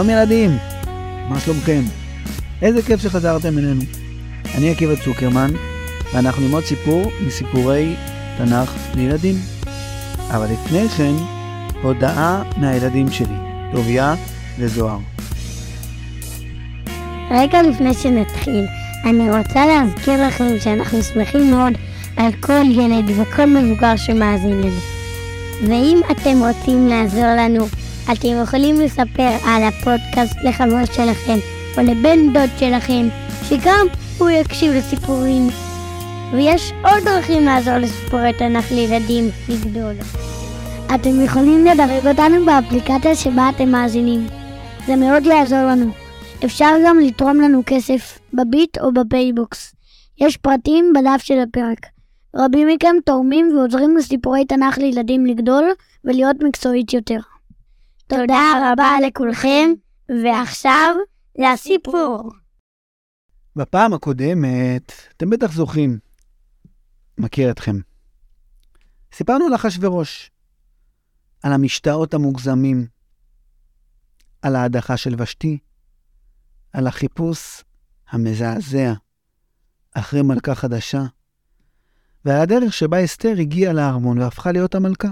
שלום ילדים, מה שלומכם? איזה כיף שחזרתם אלינו. אני עקיבא צוקרמן, ואנחנו עם עוד סיפור מסיפורי תנ"ך לילדים. אבל לפני כן, הודעה מהילדים שלי, טוביה וזוהר. רגע לפני שנתחיל, אני רוצה להזכיר לכם שאנחנו שמחים מאוד על כל ילד וכל מבוגר שמאזין לנו. ואם אתם רוצים לעזור לנו, אתם יכולים לספר על הפודקאסט לחבר שלכם או לבן דוד שלכם, שגם הוא יקשיב לסיפורים. ויש עוד דרכים לעזור לסיפורי תנ"ך לילדים לגדול. אתם יכולים לדרג אותנו באפליקציה שבה אתם מאזינים. זה מאוד יעזור לנו. אפשר גם לתרום לנו כסף בביט או בפייבוקס. יש פרטים בדף של הפרק. רבים מכם תורמים ועוזרים לסיפורי תנ"ך לילדים לגדול ולהיות מקצועית יותר. תודה רבה לכולכם, ועכשיו לסיפור. בפעם הקודמת, אתם בטח זוכרים, מכיר אתכם. סיפרנו על אחשוורוש, על המשתאות המוגזמים, על ההדחה של ושתי, על החיפוש המזעזע אחרי מלכה חדשה, ועל הדרך שבה אסתר הגיעה לארמון והפכה להיות המלכה.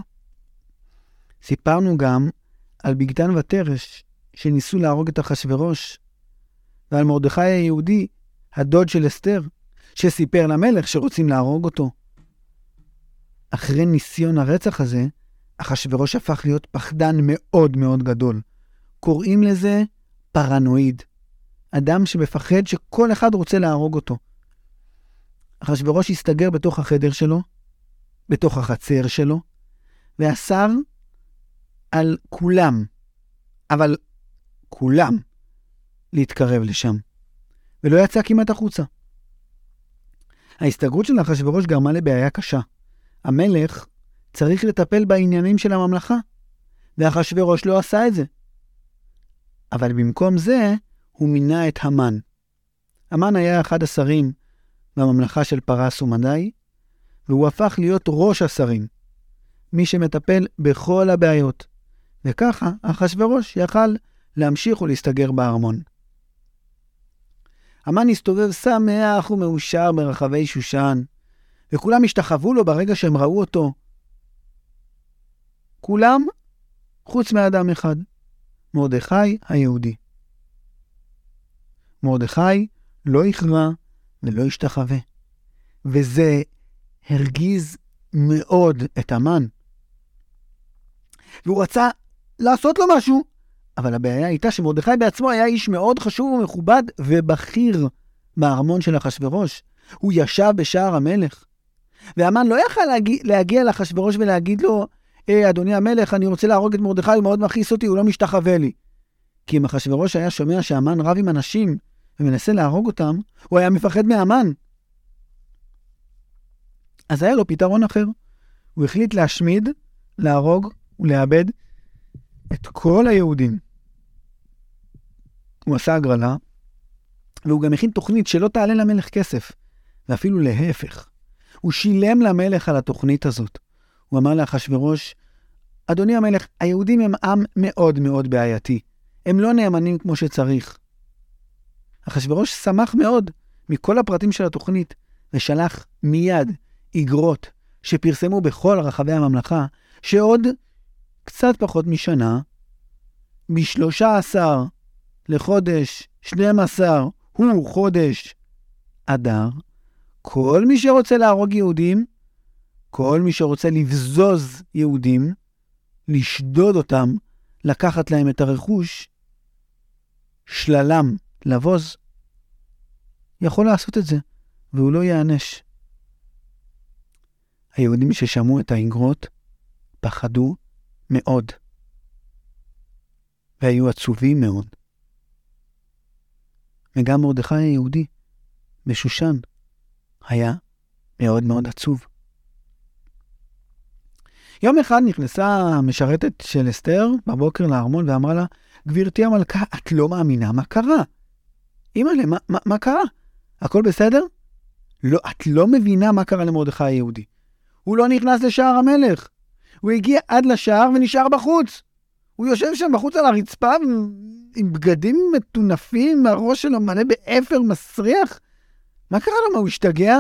סיפרנו גם על בגתן ותרש שניסו להרוג את אחשוורוש, ועל מרדכי היהודי, הדוד של אסתר, שסיפר למלך שרוצים להרוג אותו. אחרי ניסיון הרצח הזה, אחשוורוש הפך להיות פחדן מאוד מאוד גדול. קוראים לזה פרנואיד. אדם שמפחד שכל אחד רוצה להרוג אותו. אחשוורוש הסתגר בתוך החדר שלו, בתוך החצר שלו, ואסר על כולם, אבל כולם, להתקרב לשם. ולא יצא כמעט החוצה. ההסתגרות של אחשוורוש גרמה לבעיה קשה. המלך צריך לטפל בעניינים של הממלכה, ואחשוורוש לא עשה את זה. אבל במקום זה, הוא מינה את המן. המן היה אחד השרים בממלכה של פרס ומדי, והוא הפך להיות ראש השרים, מי שמטפל בכל הבעיות. וככה אחשוורוש יכל להמשיך ולהסתגר בארמון. המן הסתובב שמח ומאושר ברחבי שושן, וכולם השתחוו לו ברגע שהם ראו אותו. כולם חוץ מאדם אחד, מרדכי היהודי. מרדכי לא יכרע ולא השתחווה, וזה הרגיז מאוד את המן. והוא רצה לעשות לו משהו, אבל הבעיה הייתה שמרדכי בעצמו היה איש מאוד חשוב ומכובד ובכיר בארמון של אחשוורוש. הוא ישב בשער המלך, והמן לא יכל להגיע לאחשוורוש ולהגיד לו, אדוני המלך, אני רוצה להרוג את מרדכי, הוא מאוד מכעיס אותי, הוא לא משתחווה לי. כי אם אחשוורוש היה שומע שהמן רב עם אנשים ומנסה להרוג אותם, הוא היה מפחד מהמן. אז היה לו פתרון אחר. הוא החליט להשמיד, להרוג ולאבד את כל היהודים. הוא עשה הגרלה, והוא גם הכין תוכנית שלא תעלה למלך כסף, ואפילו להפך. הוא שילם למלך על התוכנית הזאת. הוא אמר לאחשוורוש, אדוני המלך, היהודים הם עם מאוד מאוד בעייתי. הם לא נאמנים כמו שצריך. אחשוורוש שמח מאוד מכל הפרטים של התוכנית, ושלח מיד איגרות שפרסמו בכל רחבי הממלכה, שעוד קצת פחות משנה, ב-13 לחודש 12 הוא חודש אדר, כל מי שרוצה להרוג יהודים, כל מי שרוצה לבזוז יהודים, לשדוד אותם, לקחת להם את הרכוש, שללם, לבוז, יכול לעשות את זה, והוא לא יענש. היהודים ששמעו את האיגרות פחדו מאוד, והיו עצובים מאוד. וגם מרדכי היהודי בשושן היה מאוד מאוד עצוב. יום אחד נכנסה המשרתת של אסתר בבוקר לארמון ואמרה לה, גבירתי המלכה, את לא מאמינה מה קרה? אמא'לה, מה קרה? הכל בסדר? לא, את לא מבינה מה קרה למרדכי היהודי. הוא לא נכנס לשער המלך. הוא הגיע עד לשער ונשאר בחוץ. הוא יושב שם בחוץ על הרצפה עם בגדים מטונפים, הראש שלו מלא באפר מסריח. מה קרה לו? מה, הוא השתגע?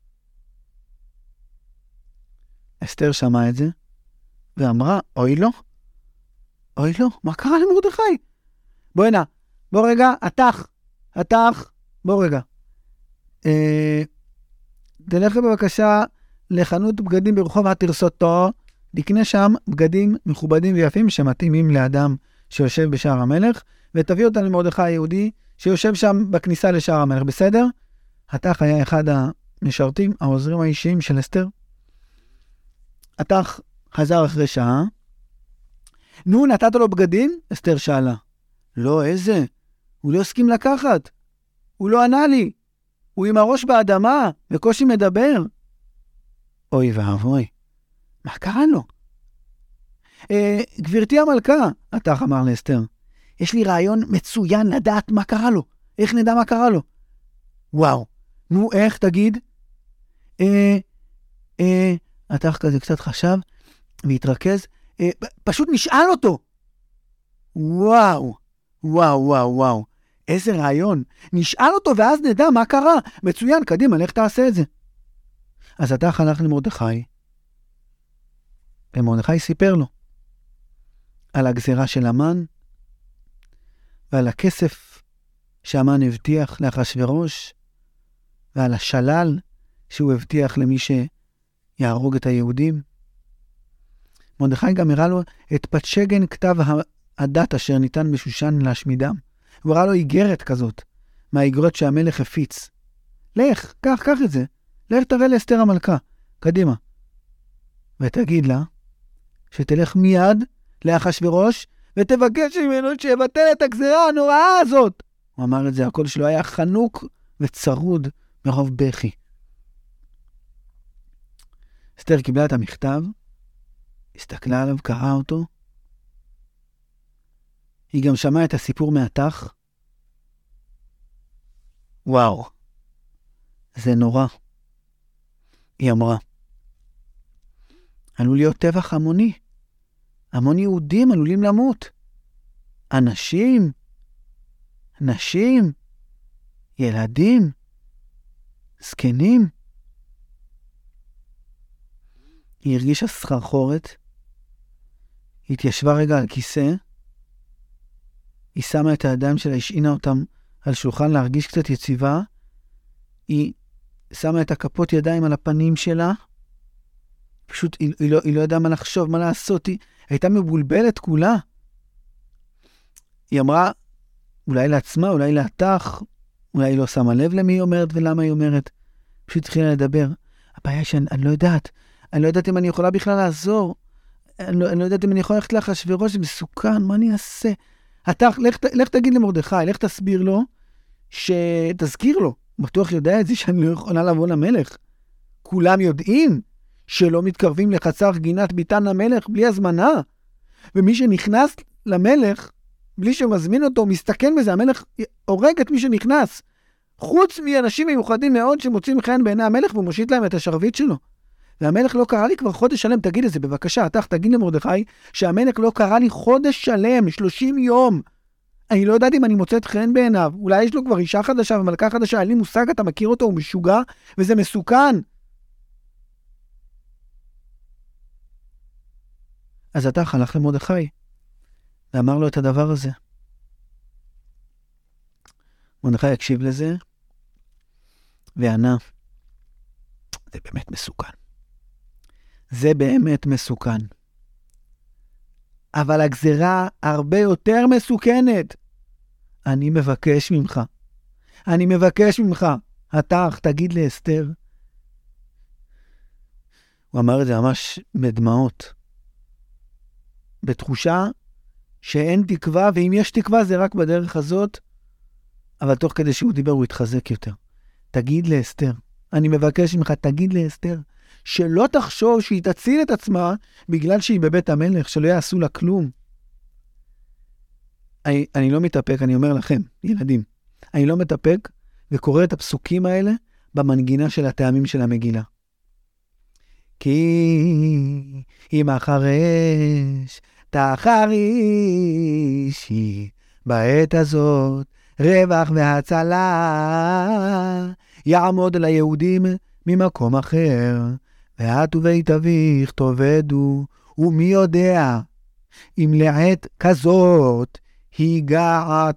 אסתר שמעה את זה, ואמרה, אוי לו, מה קרה למרדכי? בוא הנה, בוא רגע, התח, בוא רגע. תלך בבקשה לחנות בגדים ברחוב התרסותו, לקנה שם בגדים מכובדים ויפים שמתאימים לאדם שיושב בשער המלך, ותביא אותם למרדכי היהודי שיושב שם בכניסה לשער המלך, בסדר? התח היה אחד המשרתים, העוזרים האישיים של אסתר. התח חזר אחרי שעה. נו, נתת לו בגדים? אסתר שאלה. לא, איזה? הוא לא הסכים לקחת. הוא לא ענה לי. הוא עם הראש באדמה, בקושי מדבר. אוי ואבוי, מה קרה לו? גברתי המלכה, התח אמר לאסתר, יש לי רעיון מצוין לדעת מה קרה לו. איך נדע מה קרה לו? וואו, נו איך תגיד? התח כזה קצת חשב והתרכז, פשוט נשאל אותו. וואו, איזה רעיון. נשאל אותו ואז נדע מה קרה. מצוין, קדימה, לך תעשה את זה. אז התח הלך למרדכי, ומרדכי סיפר לו על הגזירה של המן, ועל הכסף שהמן הבטיח לאחשוורוש, ועל השלל שהוא הבטיח למי שיהרוג את היהודים. מרדכי גם הראה לו את פתשגן כתב הדת אשר ניתן בשושן להשמידם. הוא הראה לו איגרת כזאת, מהאיגרות שהמלך הפיץ. לך, קח את זה. לך תראה לאסתר המלכה. קדימה. ותגיד לה שתלך מיד לאחשוורוש ותבקש ממנו שיבטל את הגזירה הנוראה הזאת. הוא אמר את זה, הקול שלו היה חנוק וצרוד מרוב בכי. אסתר קיבלה את המכתב, הסתכלה עליו, קראה אותו. היא גם שמעה את הסיפור מהתח. וואו, זה נורא. היא אמרה, עלול להיות טבח המוני. המון יהודים עלולים למות. אנשים, נשים, ילדים, זקנים. היא הרגישה סחרחורת, היא התיישבה רגע על כיסא, היא שמה את הידיים שלה, השעינה אותם על שולחן להרגיש קצת יציבה, היא שמה את הכפות ידיים על הפנים שלה, פשוט היא לא ידעה מה לחשוב, מה לעשות, היא הייתה מבולבלת כולה. היא אמרה, אולי לעצמה, אולי להתח, אולי היא לא שמה לב למי היא אומרת ולמה היא אומרת. פשוט התחילה לדבר. הבעיה היא שאני לא יודעת אם אני יכולה בכלל לעזור. אני לא יודעת אם אני יכולה ללכת לאחשוורוש, זה מסוכן, מה אני אעשה? התח, לך תגיד למרדכי, לך תסביר לו, שתזכיר לו. בטוח יודע את זה שאני לא יכולה לבוא למלך. כולם יודעים שלא מתקרבים לחצר גינת ביתן המלך בלי הזמנה. ומי שנכנס למלך, בלי שמזמין אותו, מסתכן בזה, המלך הורג את מי שנכנס. חוץ מאנשים מיוחדים מאוד שמוצאים חן בעיני המלך, והוא מושיט להם את השרביט שלו. והמלך לא קרא לי כבר חודש שלם, תגיד את זה בבקשה, תגיד למרדכי, שהמלך לא קרא לי חודש שלם, 30 יום. אני לא יודעת אם אני מוצאת חן בעיניו, אולי יש לו כבר אישה חדשה ומלכה חדשה, אין לי מושג, אתה מכיר אותו, הוא משוגע, וזה מסוכן. אז התח הלך למרדכי, ואמר לו את הדבר הזה. מרדכי הקשיב לזה, וענה, זה באמת מסוכן. זה באמת מסוכן. אבל הגזירה הרבה יותר מסוכנת. אני מבקש ממך, התח, תגיד לאסתר. הוא אמר את זה ממש בדמעות. בתחושה שאין תקווה, ואם יש תקווה זה רק בדרך הזאת, אבל תוך כדי שהוא דיבר הוא התחזק יותר. תגיד לאסתר, אני מבקש ממך, תגיד לאסתר, שלא תחשוב שהיא תציל את עצמה בגלל שהיא בבית המלך, שלא יעשו לה כלום. אני לא מתאפק, אני אומר לכם, ילדים, אני לא מתאפק וקורא את הפסוקים האלה במנגינה של הטעמים של המגילה. כי אם החרש תחרישי בעת הזאת רווח והצלה, יעמוד ליהודים ממקום אחר, ואת ובית אביך תאבדו, ומי יודע אם לעת כזאת הגעת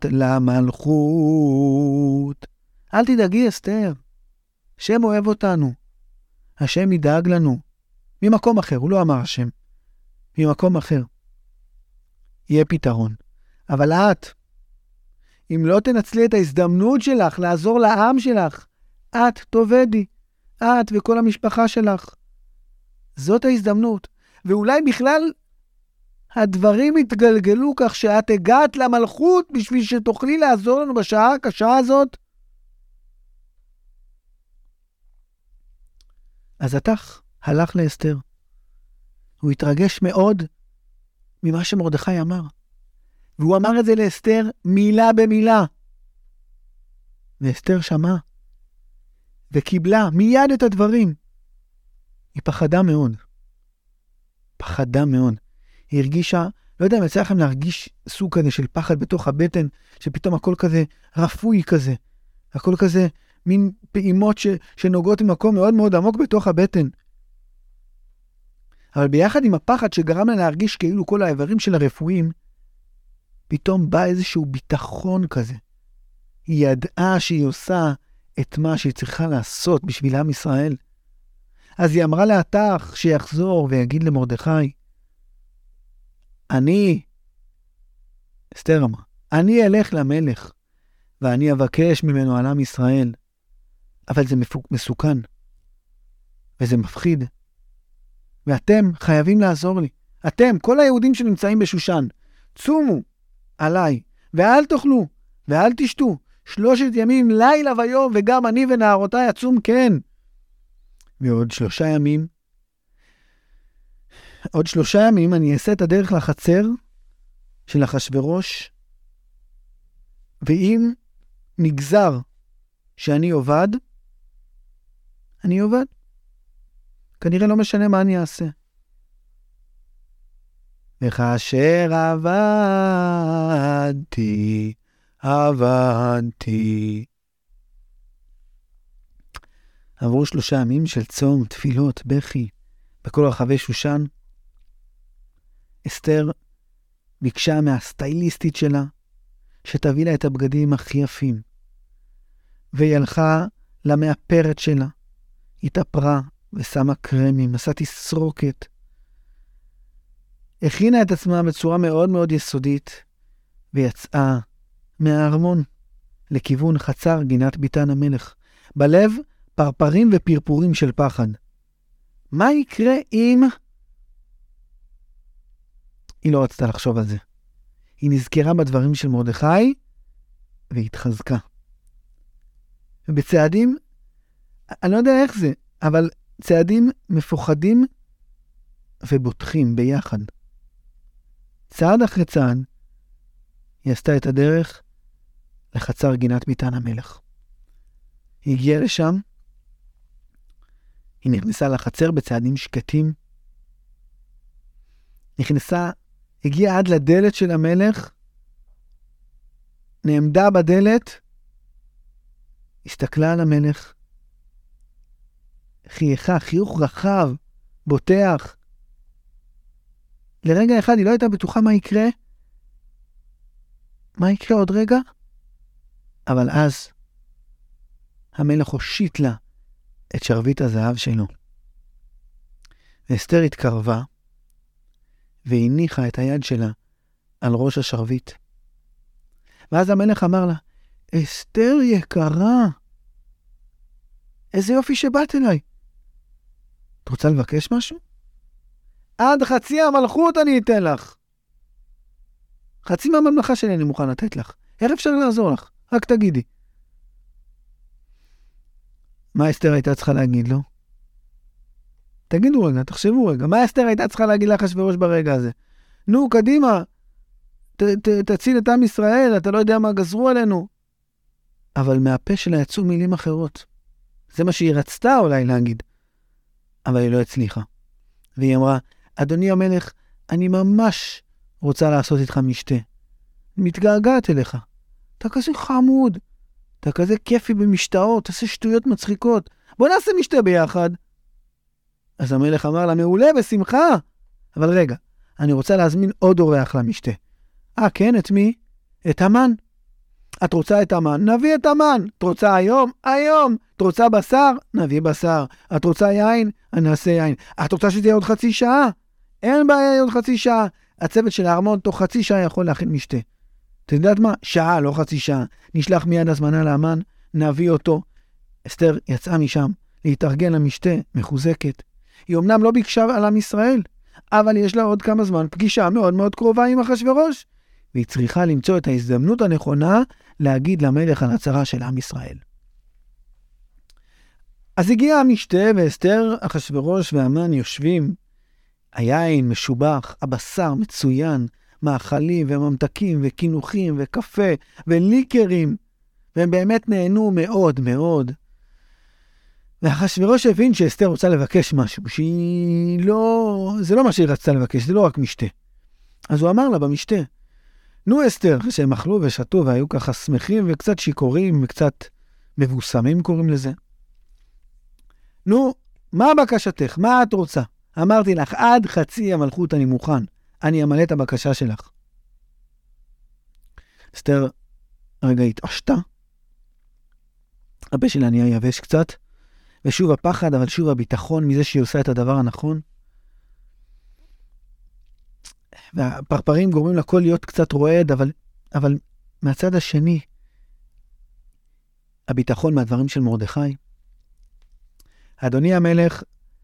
למלכות. אל תדאגי אסתר, השם אוהב אותנו, השם ידאג לנו, ממקום אחר, הוא לא אמר השם, ממקום אחר. יהיה פתרון. אבל את, אם לא תנצלי את ההזדמנות שלך לעזור לעם שלך, את תאבדי, את וכל המשפחה שלך. זאת ההזדמנות. ואולי בכלל הדברים יתגלגלו כך שאת הגעת למלכות בשביל שתוכלי לעזור לנו בשעה הקשה הזאת. אז התח הלך לאסתר. הוא התרגש מאוד ממה שמרדכי אמר. והוא אמר את זה לאסתר מילה במילה. ואסתר שמעה וקיבלה מיד את הדברים. היא פחדה מאוד. פחדה מאוד. היא הרגישה, לא יודע אם יצא לכם להרגיש סוג כזה של פחד בתוך הבטן, שפתאום הכל כזה רפוי כזה. הכל כזה מין פעימות שנוגעות במקום מאוד מאוד עמוק בתוך הבטן. אבל ביחד עם הפחד שגרם לה להרגיש כאילו כל האיברים של הרפואים, פתאום בא איזשהו ביטחון כזה. היא ידעה שהיא עושה את מה שהיא צריכה לעשות בשביל עם ישראל. אז היא אמרה להתח שיחזור ויגיד למרדכי, אסתר אמרה, אני אלך למלך, ואני אבקש ממנו על עם ישראל. אבל זה מסוכן, וזה מפחיד. ואתם חייבים לעזור לי. אתם, כל היהודים שנמצאים בשושן, צומו עליי, ואל תאכלו, ואל תשתו. 3 ימים, לילה ויום, וגם אני ונערותיי עצום כן. ועוד 3 ימים, עוד 3 ימים אני אעשה את הדרך לחצר של אחשוורוש, ואם נגזר שאני עובד, אני עובד. כנראה לא משנה מה אני אעשה. וכאשר עבדתי. עברו 3 ימים של צום, תפילות, בכי, בכל רחבי שושן. אסתר ביקשה מהסטייליסטית שלה, שתביא לה את הבגדים הכי יפים. והיא הלכה למאפרת שלה, התאפרה ושמה קרמים, עשה תסרוקת. הכינה את עצמה בצורה מאוד מאוד יסודית, ויצאה מהארמון לכיוון חצר גינת ביתן המלך. בלב פרפרים ופרפורים של פחד. מה יקרה אם... היא לא רצתה לחשוב על זה. היא נזכרה בדברים של מרדכי, והתחזקה. ובצעדים, אני לא יודע איך זה, אבל צעדים מפוחדים ובוטחים ביחד. צעד אחרי צעד, היא עשתה את הדרך לחצר גינת ביתן המלך. היא הגיעה לשם, היא נכנסה לחצר בצעדים שקטים, הגיעה עד לדלת של המלך, נעמדה בדלת, הסתכלה על המלך, חייכה, חיוך רחב, בוטח. לרגע אחד היא לא הייתה בטוחה מה יקרה. מה יקרה עוד רגע? אבל אז המלך הושיט לה את שרביט הזהב שלו. ואסתר התקרבה והניחה את היד שלה על ראש השרביט. ואז המלך אמר לה, אסתר יקרה, איזה יופי שבאת אליי. את רוצה לבקש משהו? עד חצי המלכות אני אתן לך. חצי מהממלכה שלי אני מוכן לתת לך. איך אפשר לעזור לך? רק תגידי. מה אסתר הייתה צריכה להגיד לו? תגידו רגע, תחשבו רגע. מה אסתר הייתה צריכה להגיד לאחשוורוש ברגע הזה? נו, קדימה. תציל את עם ישראל, אתה לא יודע מה גזרו עלינו. אבל מהפה שלה יצאו מילים אחרות. זה מה שהיא רצתה אולי להגיד. אבל היא לא הצליחה. והיא אמרה, אדוני המלך, אני ממש רוצה לעשות איתך משתה. מתגעגעת אליך. אתה כזה חמוד. אתה כזה כיפי במשתאות, תעשה שטויות מצחיקות. בוא נעשה משתה ביחד. אז המלך אמר לה, מעולה, בשמחה. אבל רגע, אני רוצה להזמין עוד אורח למשתה. כן, את מי? את המן. את רוצה את המן? נביא את המן. את רוצה היום? היום. את רוצה בשר? נביא בשר. את רוצה יין? נעשה יין. את רוצה שזה יהיה עוד חצי שעה? אין בעיה, עוד חצי שעה. הצוות של הארמון תוך חצי שעה יכול להכין משתה. אתה יודעת מה? שעה, לא חצי שעה. נשלח מיד הזמנה לאמן, נביא אותו. אסתר יצאה משם להתארגן למשתה, מחוזקת. היא אמנם לא ביקשה על עם ישראל, אבל יש לה עוד כמה זמן פגישה מאוד מאוד קרובה עם אחשוורוש. והיא צריכה למצוא את ההזדמנות הנכונה להגיד למלך על הצרה של עם ישראל. אז הגיע המשתה, ואסתר, אחשוורוש והמן יושבים. היין משובח, הבשר מצוין, מאכלים וממתקים וכינוחים וקפה וליקרים, והם באמת נהנו מאוד מאוד. ואחשוורוש הבין שאסתר רוצה לבקש משהו, זה לא מה שהיא רצתה לבקש, זה לא רק משתה. אז הוא אמר לה במשתה, נו אסתר, שהם אכלו ושתו והיו ככה שמחים וקצת שיכורים וקצת מבוסמים קוראים לזה. נו, מה בקשתך? מה את רוצה? אמרתי לך, עד חצי המלכות אני מוכן. אני אמלא את הבקשה שלך. אסתר רגע התעשתה. הפה שלה נהיה יבש קצת. ושוב הפחד, אבל שוב הביטחון מזה שהיא עושה את הדבר הנכון. והפרפרים גורמים לכל להיות קצת רועד, אבל מהצד השני, הביטחון מהדברים של מרדכי. אדוני המלך,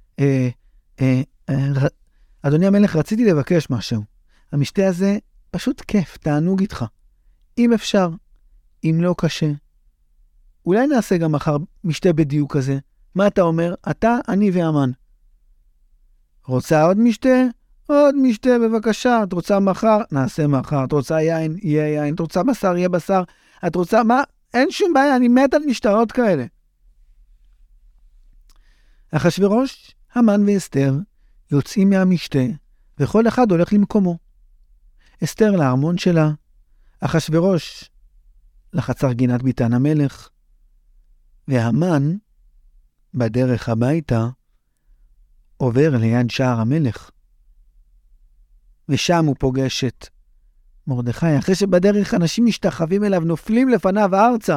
אדוני המלך, רציתי לבקש משהו. המשתה הזה פשוט כיף, תענוג איתך. אם אפשר, אם לא קשה. אולי נעשה גם מחר משתה בדיוק כזה. מה אתה אומר? אתה, אני והמן. רוצה עוד משתה? עוד משתה בבקשה. את רוצה מחר? נעשה מחר. את רוצה יין? יהיה יין. את רוצה בשר? יהיה בשר. את רוצה מה? אין שום בעיה, אני מת על משתאות כאלה. אחשוורוש, המן ואסתר יוצאים מהמשתה, וכל אחד הולך למקומו. אסתר לארמון שלה, אחשוורוש לחצר גינת ביתן המלך, והמן בדרך הביתה עובר ליד שער המלך. ושם הוא פוגש את מרדכי, אחרי שבדרך אנשים משתחווים אליו, נופלים לפניו ארצה.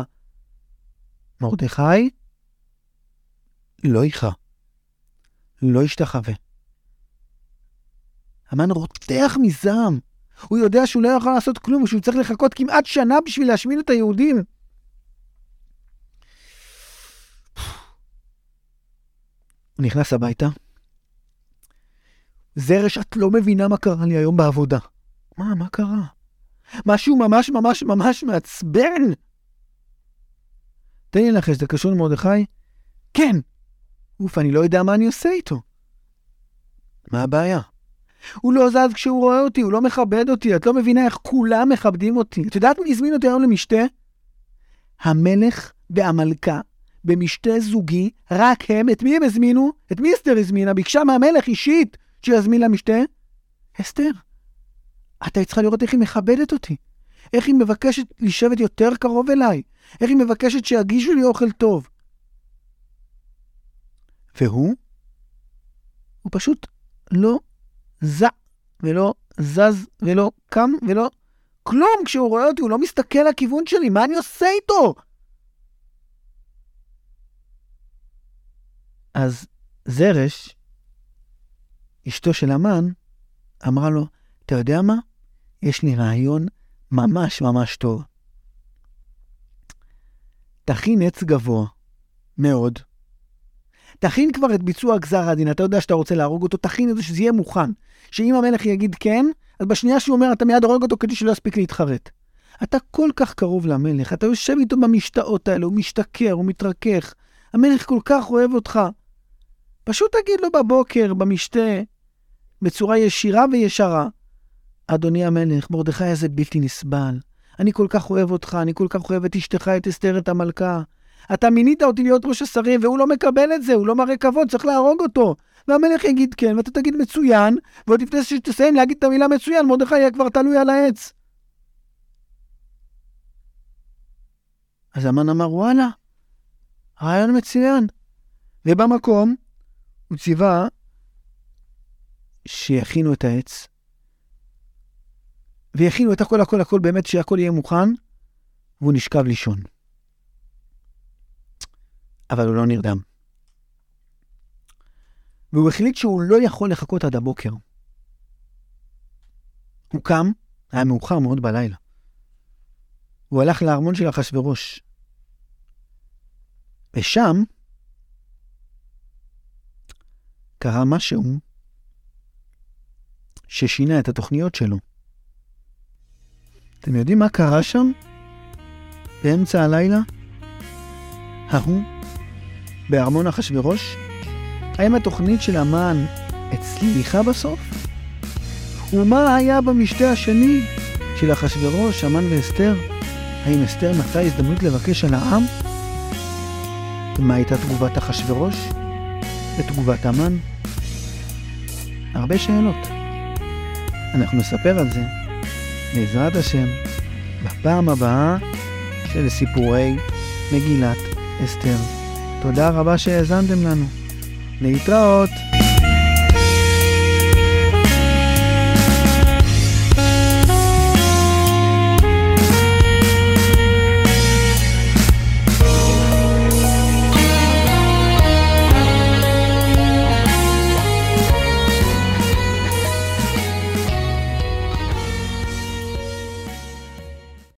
מרדכי לא איכה, לא ישתחווה. המן רותח מזעם. הוא יודע שהוא לא יכול לעשות כלום, ושהוא צריך לחכות כמעט שנה בשביל להשמיד את היהודים. הוא נכנס הביתה. זרש, את לא מבינה מה קרה לי היום בעבודה. מה קרה? משהו ממש ממש ממש מעצבן. תן לי לנחש, זה קשור למרדכי? כן. אוף, אני לא יודע מה אני עושה איתו. מה הבעיה? הוא לא זז כשהוא רואה אותי, הוא לא מכבד אותי, את לא מבינה איך כולם מכבדים אותי. את יודעת מי הזמין אותי היום למשתה? המלך והמלכה, במשתה זוגי, רק הם, את מי הם הזמינו? את מי אסתר הזמינה? ביקשה מהמלך אישית שיזמין למשתה? אסתר, אתה צריכה לראות איך היא מכבדת אותי. איך היא מבקשת לשבת יותר קרוב אליי. איך היא מבקשת שיגישו לי אוכל טוב. והוא פשוט לא זע ולא זז ולא קם ולא כלום. כשהוא רואה אותי הוא לא מסתכל לכיוון שלי. מה אני עושה איתו? אז זרש, אשתו של המן, אמרה לו, אתה יודע מה? יש לי רעיון ממש ממש טוב. תכין עץ גבוה מאוד. תכין כבר את ביצוע גזר הדין. אתה יודע שאתה רוצה להרוג אותו, תכין את זה שזה יהיה מוכן. שאם המלך יגיד כן, אז בשנייה שהוא אומר, אתה מיד הורג אותו כדי שלא יספיק להתחרט. אתה כל כך קרוב למלך, אתה יושב איתו במשתאות האלה, הוא משתכר, הוא מתרכך. המלך כל כך אוהב אותך. פשוט תגיד לו בבוקר, במשתה, בצורה ישירה וישרה, אדוני המלך, מרדכי הזה בלתי נסבל. אני כל כך אוהב אותך, אני כל כך אוהב את אשתך, את אסתר, את המלכה. אתה מינית אותי להיות ראש השרים, והוא לא מקבל את זה, הוא לא מראה כבוד, צריך להרוג אותו. והמלך יגיד כן, ואתה תגיד מצוין, ועוד לפני שתסיים להגיד את המילה מצוין, מרדכי יהיה כבר תלוי על העץ. אז המן אמר, וואלה, רעיון מצוין. ובמקום הוא ציווה שיכינו את העץ, ויכינו את הכל, באמת שהכל יהיה מוכן, והוא נשכב לישון. אבל הוא לא נרדם. והוא החליט שהוא לא יכול לחכות עד הבוקר. הוא קם, היה מאוחר מאוד בלילה. הוא הלך לארמון של אחשוורוש. ושם קרה משהו ששינה את התוכניות שלו. אתם יודעים מה קרה שם? באמצע הלילה? ההוא, בארמון אחשוורוש? האם התוכנית של המן הצליחה בסוף? ומה היה במשתה השני של אחשוורוש, המן ואסתר? האם אסתר מצאה הזדמנות לבקש על העם? ומה הייתה תגובת אחשוורוש? ותגובת המן? הרבה שאלות. אנחנו נספר על זה, בעזרת השם, בפעם הבאה של סיפורי מגילת אסתר. תודה רבה שהאזנתם לנו. להתראות.